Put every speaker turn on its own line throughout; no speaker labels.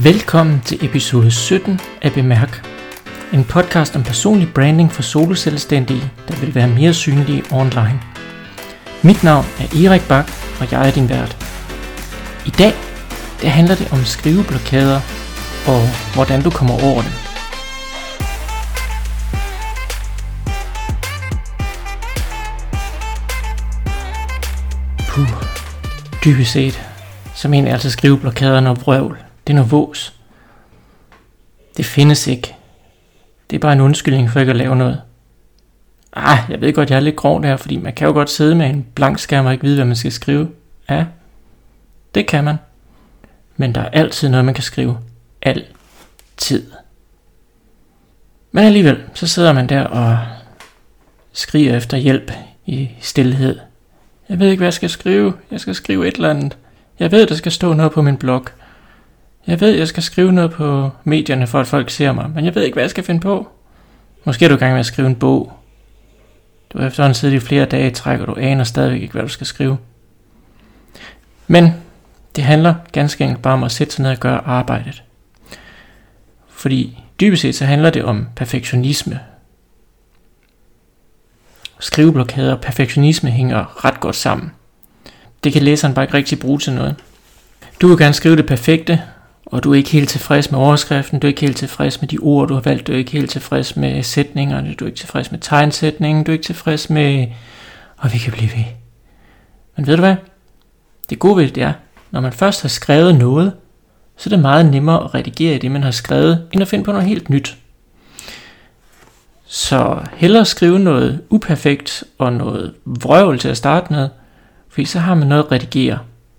Velkommen til episode 17 af Bemærk. En podcast om personlig branding for soloselvstændige, der vil være mere synlige online. Mit navn er Erik Bak, og jeg er din vært. I dag handler det om skriveblokader og hvordan du kommer over dem. Dybest set, så mener jeg altså skriveblokader noget vrøvl. Det er noget vås. Det findes ikke. Det er bare en undskyldning for ikke at lave noget. Jeg ved godt, jeg er lidt grov der, fordi man kan jo godt sidde med en blank skærm og ikke vide, hvad man skal skrive. Ja, det kan man. Men der er altid noget, man kan skrive. Altid. Men alligevel, så sidder man der og skriger efter hjælp i stilhed. Jeg ved ikke, hvad jeg skal skrive. Jeg skal skrive et eller andet. Jeg ved, der skal stå noget på min blog. Jeg ved, jeg skal skrive noget på medierne, for at folk ser mig. Men jeg ved ikke, hvad jeg skal finde på. Måske er du i gang med at skrive en bog. Du har efterhånden siddet i flere dage i træk, og du aner stadigvæk ikke, hvad du skal skrive. Men det handler ganske enkelt bare om at sætte sig ned og gøre arbejdet. Fordi dybest set så handler det om perfektionisme. Skriveblokader og perfektionisme hænger ret godt sammen. Det kan læseren bare ikke rigtig bruge til noget. Du vil gerne skrive det perfekte, og du er ikke helt tilfreds med overskriften, du er ikke helt tilfreds med de ord, du har valgt, du er ikke helt tilfreds med sætningerne, du er ikke tilfreds med tegnsætningen, du er ikke tilfreds med... Og vi kan blive ved. Men ved du hvad? Det gode ved det er, når man først har skrevet noget, så er det meget nemmere at redigere i det, man har skrevet, end at finde på noget helt nyt. Så hellere skrive noget uperfekt og noget vrøvl til at starte med, fordi så har man noget at redigere.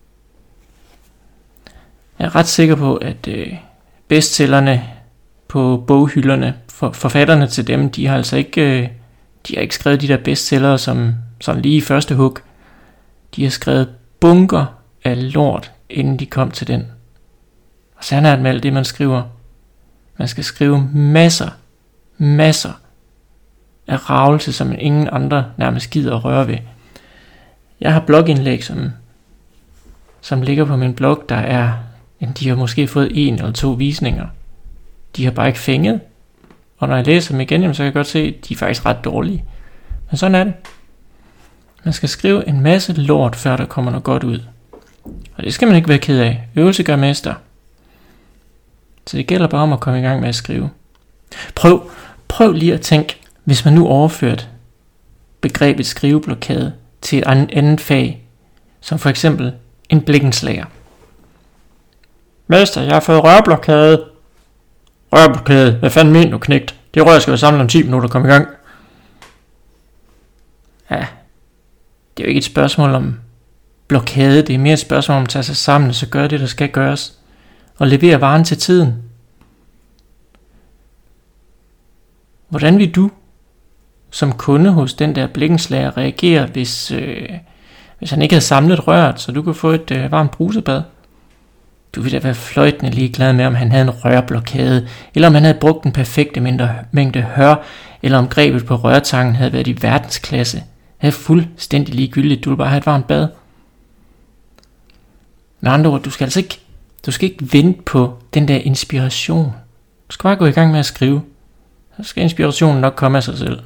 Jeg er ret sikker på, at bestsellerne på boghylderne, forfatterne til dem, de har altså ikke, de har ikke skrevet de der bestsellere som sådan lige i første hug. De har skrevet bunker af lort, inden de kom til den. Og sådan er det med alt det, man skriver. Man skal skrive masser af ravelse, som ingen andre nærmest gider at røre ved. Jeg har blogindlæg, som ligger på min blog, der er... De har måske fået 1 eller 2 visninger. De har bare ikke fænget. Og når jeg læser dem igen, så kan jeg godt se, at de er faktisk ret dårlige. Men sådan er det. Man skal skrive en masse lort, før der kommer noget godt ud. Og det skal man ikke være ked af. Øvelse gør mester. Så det gælder bare om at komme i gang med at skrive. Prøv lige at tænke, hvis man nu overførte begrebet skriveblokade til et andet fag, som for eksempel en blikkenslager. Mester, jeg har fået rørblokade. Rørblokade? Hvad fanden mener du, knægt? Det rør skal være samlet om 10 minutter og komme i gang. Ja, det er jo ikke et spørgsmål om blokade. Det er mere et spørgsmål om at tage sig sammen og så gøre det, der skal gøres. Og levere varen til tiden. Hvordan vil du som kunde hos den der blikkenslager reagere, hvis han ikke havde samlet røret, så du kunne få et varmt brusebad? Du ville da være fløjtende ligeglad med, om han havde en rørblokade, eller om han havde brugt den perfekte mængde hør, eller om grebet på rørtangen havde været i verdensklasse. Det er fuldstændig ligegyldigt, du vil bare have et varmt bad. Med andre ord, du skal ikke vente på den der inspiration. Du skal bare gå i gang med at skrive. Så skal inspirationen nok komme af sig selv.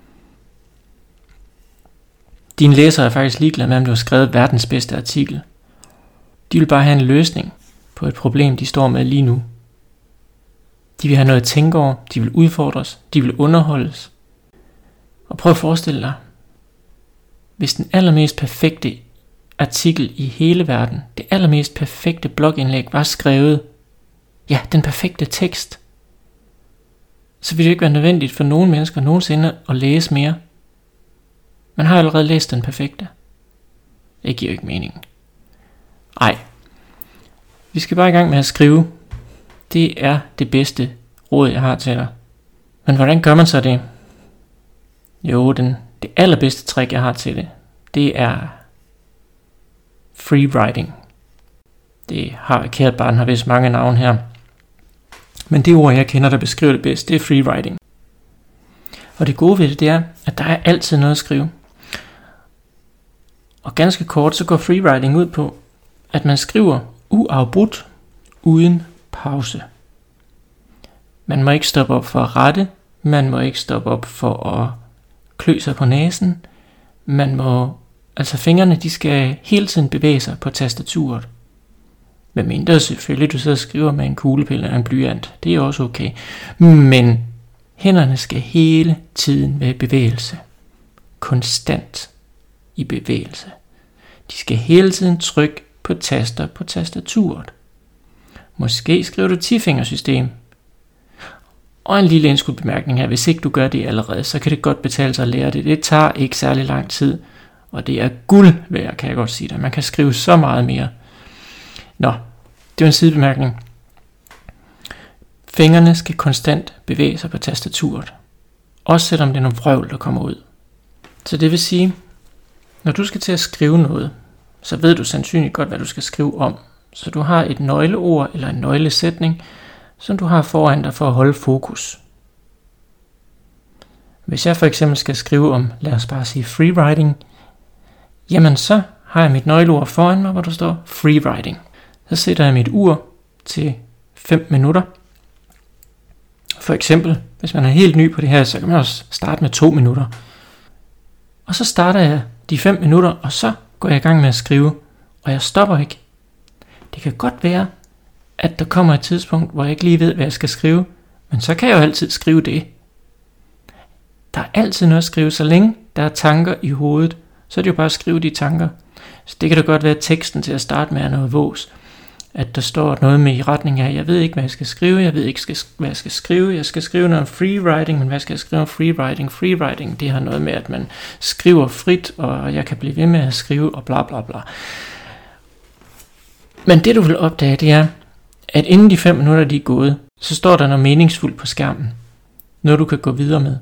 Dine læsere er faktisk ligeglade med, om du har skrevet verdens bedste artikel. De vil bare have en løsning på et problem, de står med lige nu. De vil have noget at tænke over, de vil udfordres, de vil underholdes. Og prøv at forestille dig, hvis den allermest perfekte artikel i hele verden, det allermest perfekte blogindlæg var skrevet, den perfekte tekst, så ville det ikke være nødvendigt for nogen mennesker nogensinde at læse mere. Man har allerede læst den perfekte. Det giver jo ikke mening. Nej. Vi skal bare i gang med at skrive. Det er det bedste råd, jeg har til dig. Men hvordan gør man så det? Jo, det allerbedste trick, jeg har til det er free writing. Kært barn har vist mange navne her. Men det ord, jeg kender, der beskriver det bedst, det er free writing. Og det gode ved det er, at der er altid noget at skrive. Og ganske kort, så går free writing ud på, at man skriver uafbrudt, uden pause. Man må ikke stoppe op for at rette. Man må ikke stoppe op for at klø sig på næsen. Fingrene, de skal hele tiden bevæge sig på tastaturet. Medmindre selvfølgelig du sidder og skriver med en kuglepenne eller en blyant. Det er også okay. Men hænderne skal hele tiden være i bevægelse. Konstant i bevægelse. De skal hele tiden trykke på taster på tastaturet. Måske skriver du 10-fingersystem. Og en lille indskudt bemærkning her. Hvis ikke du gør det allerede, så kan det godt betale sig at lære det. Det tager ikke særlig lang tid. Og det er guld værd, kan jeg godt sige dig. Man kan skrive så meget mere. Nå, det var en sidebemærkning. Fingrene skal konstant bevæge sig på tastaturet. Også selvom det er nogle vrøvl, der kommer ud. Så det vil sige, når du skal til at skrive noget, så ved du sandsynligt godt, hvad du skal skrive om. Så du har et nøgleord eller en nøglesætning, som du har foran dig for at holde fokus. Hvis jeg for eksempel skal skrive om, lad os bare sige freewriting, jamen så har jeg mit nøgleord foran mig, hvor der står freewriting. Så sætter jeg mit ur til 5 minutter. For eksempel, hvis man er helt ny på det her, så kan man også starte med 2 minutter. Og så starter jeg de 5 minutter, og så går jeg i gang med at skrive, og jeg stopper ikke. Det kan godt være, at der kommer et tidspunkt, hvor jeg ikke lige ved, hvad jeg skal skrive, men så kan jeg jo altid skrive det. Der er altid noget at skrive, så længe der er tanker i hovedet, så er det jo bare at skrive de tanker. Så det kan da godt være, at teksten til at starte med er noget vås. At der står noget med i retning af, jeg ved ikke, hvad jeg skal skrive, jeg ved ikke, hvad jeg skal skrive. Jeg skal skrive noget om freewriting, men hvad skal jeg skrive om freewriting? Freewriting, det har noget med, at man skriver frit, og jeg kan blive ved med at skrive, og bla bla bla. Men det du vil opdage, det er, at inden de 5 minutter de er gået, så står der noget meningsfuldt på skærmen. Noget du kan gå videre med.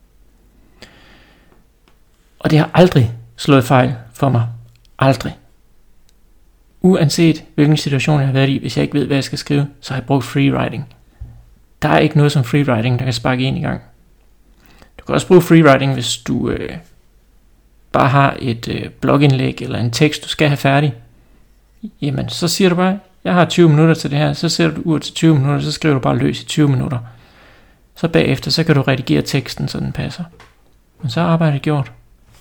Og det har aldrig slået fejl for mig. Aldrig. Uanset hvilken situation jeg har været i, hvis jeg ikke ved, hvad jeg skal skrive, så har jeg brugt freewriting. Der er ikke noget som freewriting, der kan sparke en i gang. Du kan også bruge freewriting, hvis du bare har et blogindlæg eller en tekst, du skal have færdig. Jamen, så siger du bare, jeg har 20 minutter til det her, så sætter du ur til 20 minutter, så skriver du bare løs i 20 minutter. Så bagefter, så kan du redigere teksten, så den passer. Men så er arbejdet gjort.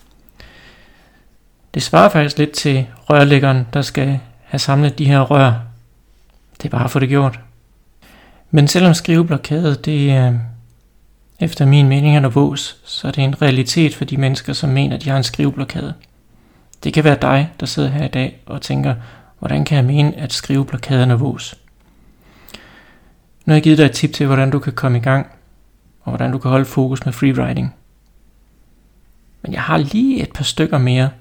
Det svarer faktisk lidt til rørlæggeren, der skal have samlet de her rør. Det er bare at få det gjort. Men selvom skriveblokade, det er efter min mening er noget vås, så er det en realitet for de mennesker, som mener, at de har en skriveblokade. Det kan være dig, der sidder her i dag og tænker, hvordan kan jeg mene, at skriveblokade er noget vås? Nu har jeg givet dig et tip til, hvordan du kan komme i gang, og hvordan du kan holde fokus med freewriting. Men jeg har lige et par stykker mere.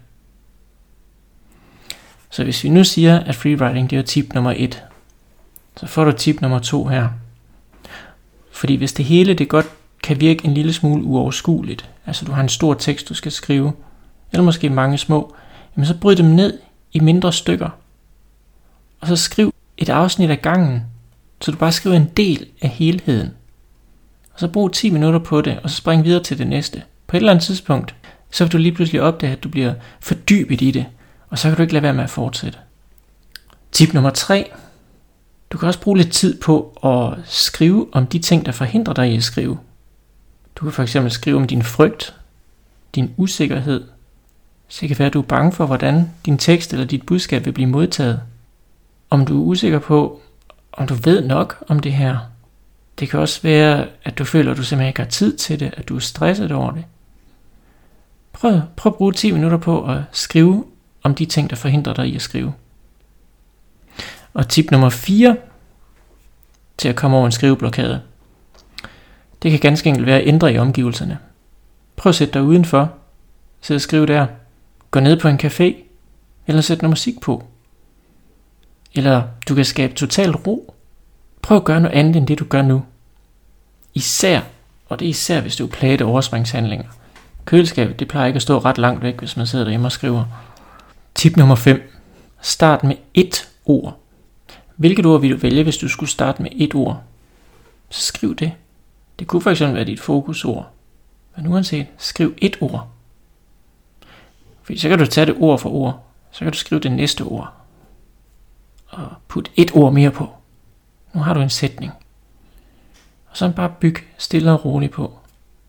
Så hvis vi nu siger, at freewriting det er tip nummer 1, så får du tip nummer 2 her. Fordi hvis det hele det godt kan virke en lille smule uoverskueligt, altså du har en stor tekst, du skal skrive, eller måske mange små, jamen så bryd dem ned i mindre stykker. Og så skriv et afsnit af gangen, så du bare skriver en del af helheden. Og så brug 10 minutter på det, og så spring videre til det næste. På et eller andet tidspunkt, så vil du lige pludselig opdage, at du bliver fordybet i det, og så kan du ikke lade være med at fortsætte. Tip nummer 3. Du kan også bruge lidt tid på at skrive om de ting, der forhindrer dig i at skrive. Du kan for eksempel skrive om din frygt, din usikkerhed. Så det kan være, at du er bange for, hvordan din tekst eller dit budskab vil blive modtaget. Om du er usikker på, om du ved nok om det her. Det kan også være, at du føler, at du simpelthen ikke har tid til det, at du er stresset over det. Prøv at bruge 10 minutter på at skrive om de ting, der forhindrer dig i at skrive. Og tip nummer 4 til at komme over en skriveblokade. Det kan ganske enkelt være at ændre i omgivelserne. Prøv at sætte dig udenfor. Sid og skriv der. Gå ned på en café. Eller sæt noget musik på. Eller du kan skabe total ro. Prøv at gøre noget andet end det du gør nu. Især, og det er især hvis du er plaget af overspringshandlinger. Køleskabet det plejer ikke at stå ret langt væk, hvis man sidder derhjemme og skriver. Tip nummer 5. Start med ét ord. Hvilket ord vil du vælge, hvis du skulle starte med ét ord? Så skriv det. Det kunne for eksempel være dit fokusord. Men uanset, skriv ét ord. Fordi så kan du tage det ord for ord. Så kan du skrive det næste ord. Og put ét ord mere på. Nu har du en sætning. Og så bare byg stille og roligt på.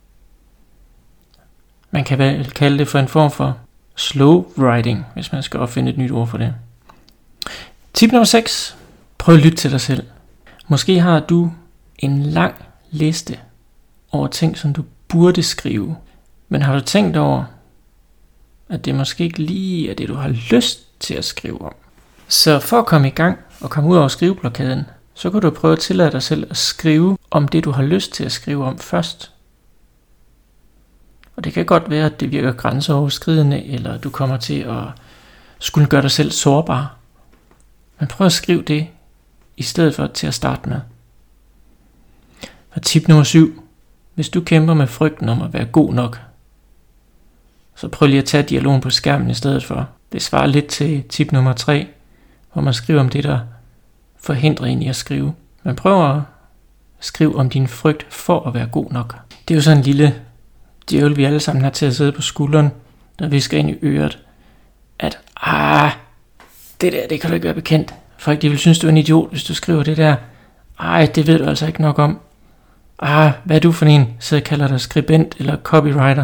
Man kan vel kalde det for en form for slow writing, hvis man skal opfinde et nyt ord for det. Tip nummer 6. Prøv at lytte til dig selv. Måske har du en lang liste over ting, som du burde skrive. Men har du tænkt over, at det måske ikke lige er det, du har lyst til at skrive om? Så for at komme i gang og komme ud over skriveblokaden, så kan du prøve at tillade dig selv at skrive om det, du har lyst til at skrive om først. Og det kan godt være, at det virker grænseoverskridende, eller du kommer til at skulle gøre dig selv sårbar. Men prøv at skrive det, i stedet for til at starte med. Og tip nummer 7. Hvis du kæmper med frygten om at være god nok, så prøv lige at tage dialogen på skærmen i stedet for. Det svarer lidt til tip nummer 3, hvor man skriver om det, der forhindrer en i at skrive. Man prøver at skrive om din frygt for at være god nok. Det er jo sådan en lille djævel, vi alle sammen har til at sidde på skulderen, der visker ind i øret, at det kan du ikke være bekendt. Folk, de vil synes, du er en idiot, hvis du skriver det der. Det ved du altså ikke nok om. Hvad er du for en? Så jeg kalder dig skribent eller copywriter.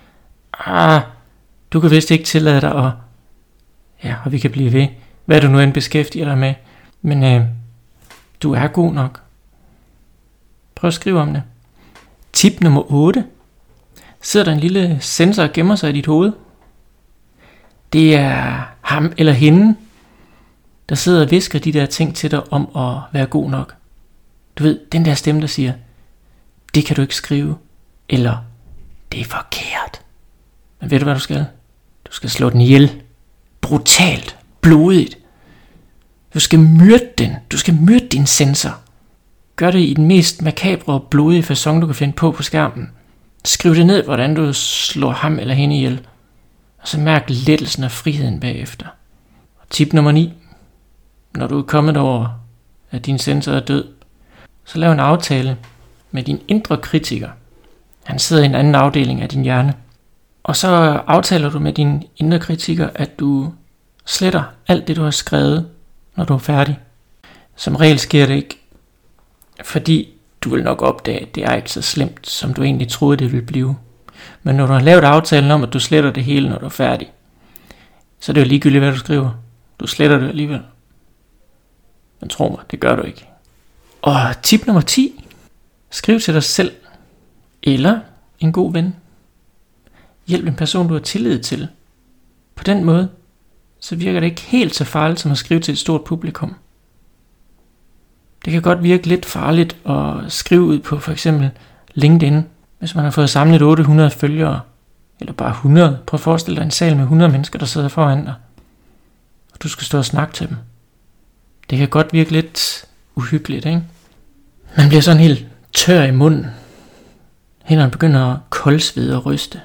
Du kan vist ikke tillade dig at... Ja, og vi kan blive ved. Hvad du nu end beskæftiger dig med. Men du er god nok. Prøv at skrive om det. Tip nummer 8. Sidder der en lille sensor og gemmer sig i dit hoved. Det er ham eller hende, der sidder og visker de der ting til dig om at være god nok. Du ved, den der stemme, der siger, det kan du ikke skrive, eller det er forkert. Men ved du, hvad du skal? Du skal slå den ihjel. Brutalt. Blodigt. Du skal myrde den. Du skal myrde din sensor. Gør det i den mest makabre og blodige facon, du kan finde på skærmen. Skriv det ned, hvordan du slår ham eller hende ihjel. Og så mærk lettelsen og friheden bagefter. Og tip nummer 9. Når du er kommet over, at din sensor er død, så lav en aftale med din indre kritiker. Han sidder i en anden afdeling af din hjerne. Og så aftaler du med din indre kritiker, at du sletter alt det, du har skrevet, når du er færdig. Som regel sker det ikke, fordi du vil nok opdage, at det er ikke så slemt, som du egentlig troede, det ville blive. Men når du har lavet aftalen om, at du sletter det hele, når du er færdig, så er det jo ligegyldigt, hvad du skriver. Du sletter det alligevel. Men tro mig, det gør du ikke. Og tip nummer 10. Skriv til dig selv, eller en god ven. Hjælp en person, du har tillid til. På den måde, så virker det ikke helt så farligt, som at skrive til et stort publikum. Det kan godt virke lidt farligt at skrive ud på for eksempel LinkedIn, hvis man har fået samlet 800 følgere, eller bare 100. Prøv at forestille dig en sal med 100 mennesker, der sidder foran dig, og du skal stå og snakke til dem. Det kan godt virke lidt uhyggeligt, ikke? Man bliver sådan helt tør i munden. Hænderne begynder at koldsvede og ryste.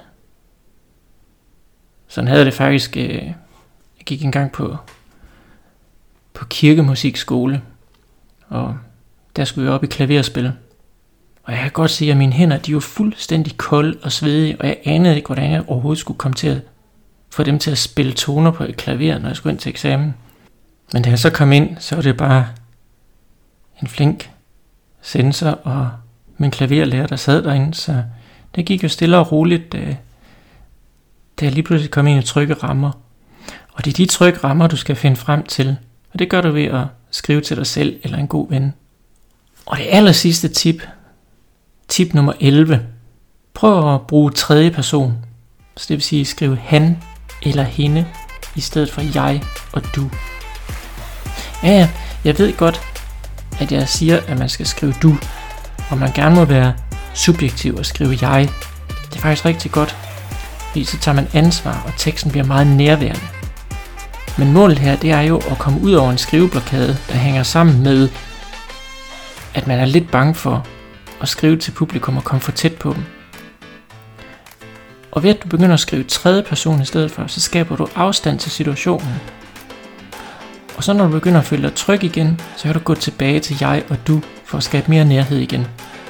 Sådan havde det faktisk. Jeg gik engang på kirkemusikskole, og der skulle jeg op i klaverspil. Og jeg kan godt se, at mine hænder, de var fuldstændig kolde og svedige, og jeg anede ikke, hvordan jeg overhovedet skulle komme til at få dem til at spille toner på et klaver, når jeg skulle ind til eksamen. Men da jeg så kom ind, så var det bare en flink sensor og min klaverlærer, der sad derinde, så det gik jo stille og roligt, da jeg lige pludselig kom ind i trygge rammer. Og det er de trygge rammer, du skal finde frem til, og det gør du ved at skrive til dig selv eller en god ven. Og det aller sidste tip nummer 11. Prøv at bruge tredje person, så det vil sige skrive han eller hende, i stedet for jeg og du. Ja, jeg ved godt, at jeg siger, at man skal skrive du, og man gerne må være subjektiv og skrive jeg. Det er faktisk rigtig godt, fordi så tager man ansvar, og teksten bliver meget nærværende. Men målet her, det er jo at komme ud over en skriveblokade, der hænger sammen med, at man er lidt bange for at skrive til publikum og komme for tæt på dem. Og ved at du begynder at skrive tredje person i stedet for, så skaber du afstand til situationen. Og så når du begynder at føle dig tryg igen, så kan du gå tilbage til jeg og du, for at skabe mere nærhed igen.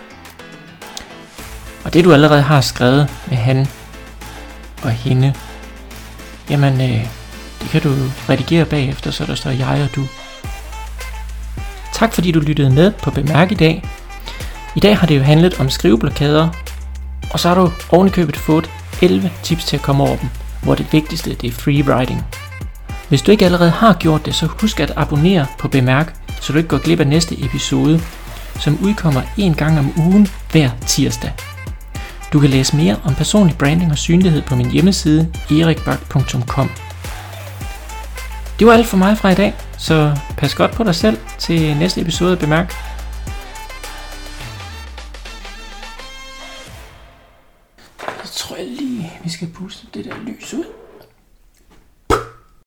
Og det du allerede har skrevet med han og hende, jamen det kan du redigere bagefter, så der står jeg og du. Tak fordi du lyttede med på Bemærk i dag. I dag har det jo handlet om skriveblokader, og så har du ovenikøbet fået 11 tips til at komme over dem, hvor det vigtigste det er free writing. Hvis du ikke allerede har gjort det, så husk at abonnere på Bemærk, så du ikke går glip af næste episode, som udkommer en gang om ugen hver tirsdag. Du kan læse mere om personlig branding og synlighed på min hjemmeside erikbak.com. Det var alt for mig fra i dag, så pas godt på dig selv til næste episode af Bemærk. Så tror jeg lige, vi skal puste det der lys ud.